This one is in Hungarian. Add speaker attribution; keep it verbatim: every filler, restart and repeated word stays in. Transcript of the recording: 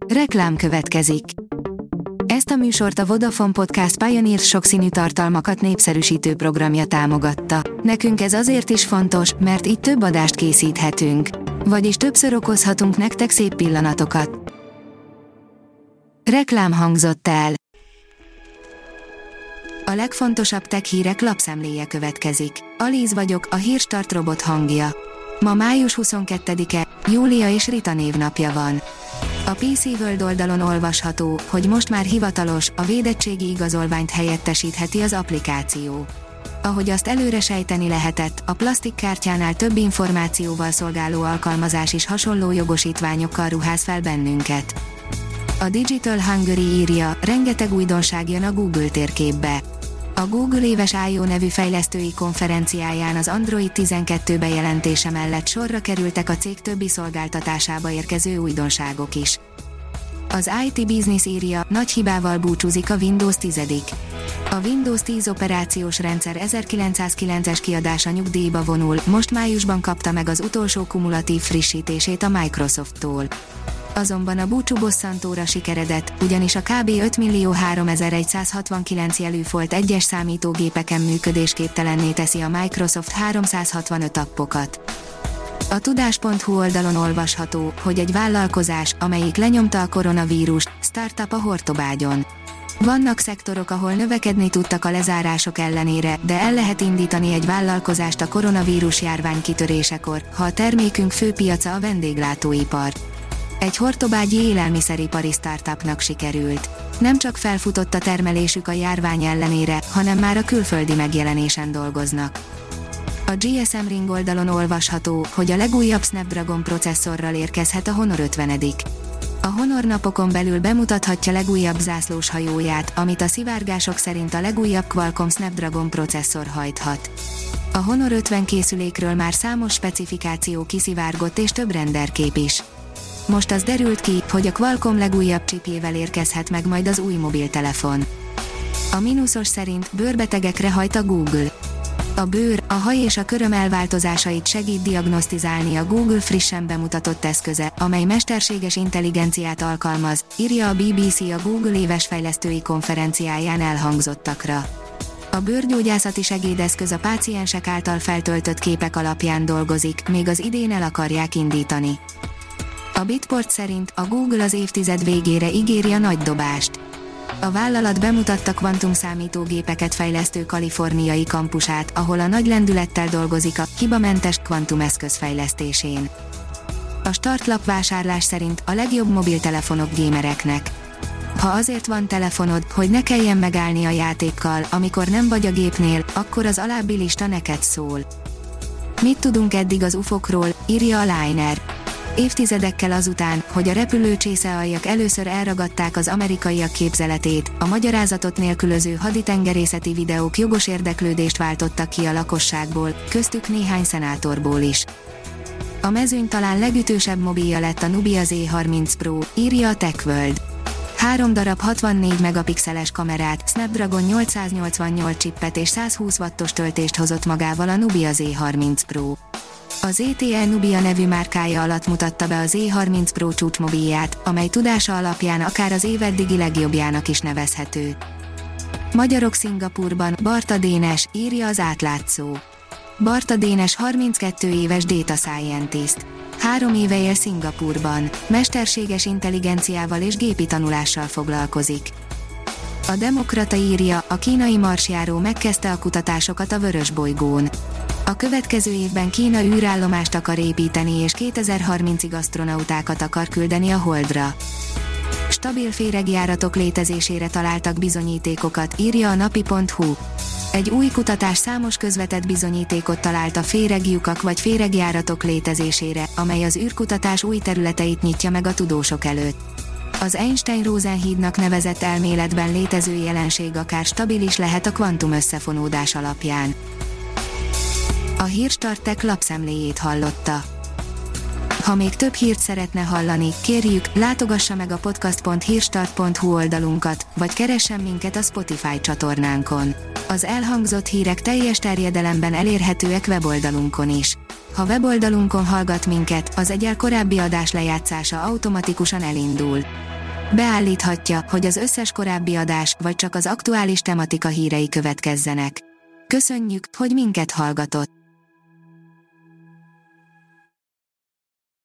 Speaker 1: Reklám következik. Ezt a műsort a Vodafone Podcast Pioneer sokszínű tartalmakat népszerűsítő programja támogatta. Nekünk ez azért is fontos, mert így több adást készíthetünk. Vagyis többször okozhatunk nektek szép pillanatokat. Reklám hangzott el. A legfontosabb tech hírek lapszemléje következik. Alíz vagyok, a Hírstart robot hangja. Ma május huszonkettedike, Júlia és Rita névnapja van. A pé cé World oldalon olvasható, hogy most már hivatalos, a védettségi igazolványt helyettesítheti az applikáció. Ahogy azt előre sejteni lehetett, a plastikkártyánál több információval szolgáló alkalmazás is hasonló jogosítványokkal ruház fel bennünket. A Digital Hungary írja, rengeteg újdonság jön a Google térképbe. A Google éves I O nevű fejlesztői konferenciáján az Android tizenkettő bejelentése mellett sorra kerültek a cég többi szolgáltatásába érkező újdonságok is. Az i té Business írja, nagy hibával búcsúzik a Windows tíz. A Windows tíz operációs rendszer ezerkilencszázkilences kiadása nyugdíjba vonul, most májusban kapta meg az utolsó kumulatív frissítését a Microsofttól. Azonban a búcsú bosszantóra sikeredett, ugyanis a kb. ötmillió-háromezer-százhatvankilenc jelű folt egyes számítógépeken működésképtelenné teszi a Microsoft háromszázhatvanöt appokat. A tudás pont hu oldalon olvasható, hogy egy vállalkozás, amelyik lenyomta a koronavírust, startup a Hortobágyon. Vannak szektorok, ahol növekedni tudtak a lezárások ellenére, de el lehet indítani egy vállalkozást a koronavírus járvány kitörésekor, ha a termékünk fő piaca a vendéglátóipar. Egy hortobágyi élelmiszeripari startupnak sikerült. Nem csak felfutott a termelésük a járvány ellenére, hanem már a külföldi megjelenésen dolgoznak. A gé es em Ring oldalon olvasható, hogy a legújabb Snapdragon processzorral érkezhet a Honor ötven. A Honor napokon belül bemutathatja legújabb zászlós hajóját, amit a szivárgások szerint a legújabb Qualcomm Snapdragon processzor hajthat. A Honor ötven készülékről már számos specifikáció kiszivárgott és több renderkép is. Most az derült ki, hogy a Qualcomm legújabb chipjével érkezhet meg majd az új mobiltelefon. A mínuszos szerint bőrbetegekre hajt a Google. A bőr, a haj és a köröm elváltozásait segít diagnosztizálni a Google frissen bemutatott eszköze, amely mesterséges intelligenciát alkalmaz, írja a bé bé cé a Google éves fejlesztői konferenciáján elhangzottakra. A bőrgyógyászati segédeszköz a páciensek által feltöltött képek alapján dolgozik, még az idén el akarják indítani. A Bitport szerint a Google az évtized végére ígéri a nagy dobást. A vállalat bemutatta kvantum számítógépeket fejlesztő kaliforniai kampusát, ahol a nagy lendülettel dolgozik a hibamentes kvantumeszköz fejlesztésén. A startlap vásárlás szerint a legjobb mobiltelefonok gamereknek. Ha azért van telefonod, hogy ne kelljen megállni a játékkal, amikor nem vagy a gépnél, akkor az alábbi lista neked szól. Mit tudunk eddig az ufokról, írja a Liner. Évtizedekkel azután, hogy a repülőcsészealjak először elragadták az amerikaiak képzeletét, a magyarázatot nélkülöző haditengerészeti videók jogos érdeklődést váltottak ki a lakosságból, köztük néhány szenátorból is. A mezőny talán legütősebb mobilja lett a Nubia Z harminc Pro, írja a TechWorld. Három darab hatvannégy megapixeles kamerát, Snapdragon nyolcszáznyolcvannyolc csippet és százhúsz wattos töltést hozott magával a Nubia Z harminc Pro. A zé té e Nubia nevű márkája alatt mutatta be a Z harminc Pro csúcsmobilját, amely tudása alapján akár az év eddigi legjobbjának is nevezhető. Magyarok Szingapúrban, Barta Dénes, írja az Átlátszó. Barta Dénes harminckettő éves data scientist. Három éve él Szingapúrban, mesterséges intelligenciával és gépi tanulással foglalkozik. A Demokrata írja, a kínai marsjáró megkezdte a kutatásokat a Vörösbolygón. A következő évben Kína űrállomást akar építeni és kétezer-harmincig asztronautákat akar küldeni a Holdra. Stabil féregjáratok létezésére találtak bizonyítékokat, írja a napi pont hu. Egy új kutatás számos közvetett bizonyítékot talált a féreglyukak vagy féregjáratok létezésére, amely az űrkutatás új területeit nyitja meg a tudósok előtt. Az Einstein-Rosen hídnak nevezett elméletben létező jelenség akár stabil is lehet a kvantum összefonódás alapján. A Hírstart lapszemléjét hallotta. Ha még több hírt szeretne hallani, kérjük, látogassa meg a podcast pont hírstart pont hu oldalunkat, vagy keressen minket a Spotify csatornánkon. Az elhangzott hírek teljes terjedelemben elérhetőek weboldalunkon is. Ha weboldalunkon hallgat minket, az egyel korábbi adás lejátszása automatikusan elindul. Beállíthatja, hogy az összes korábbi adás, vagy csak az aktuális tematika hírei következzenek. Köszönjük, hogy minket hallgatott!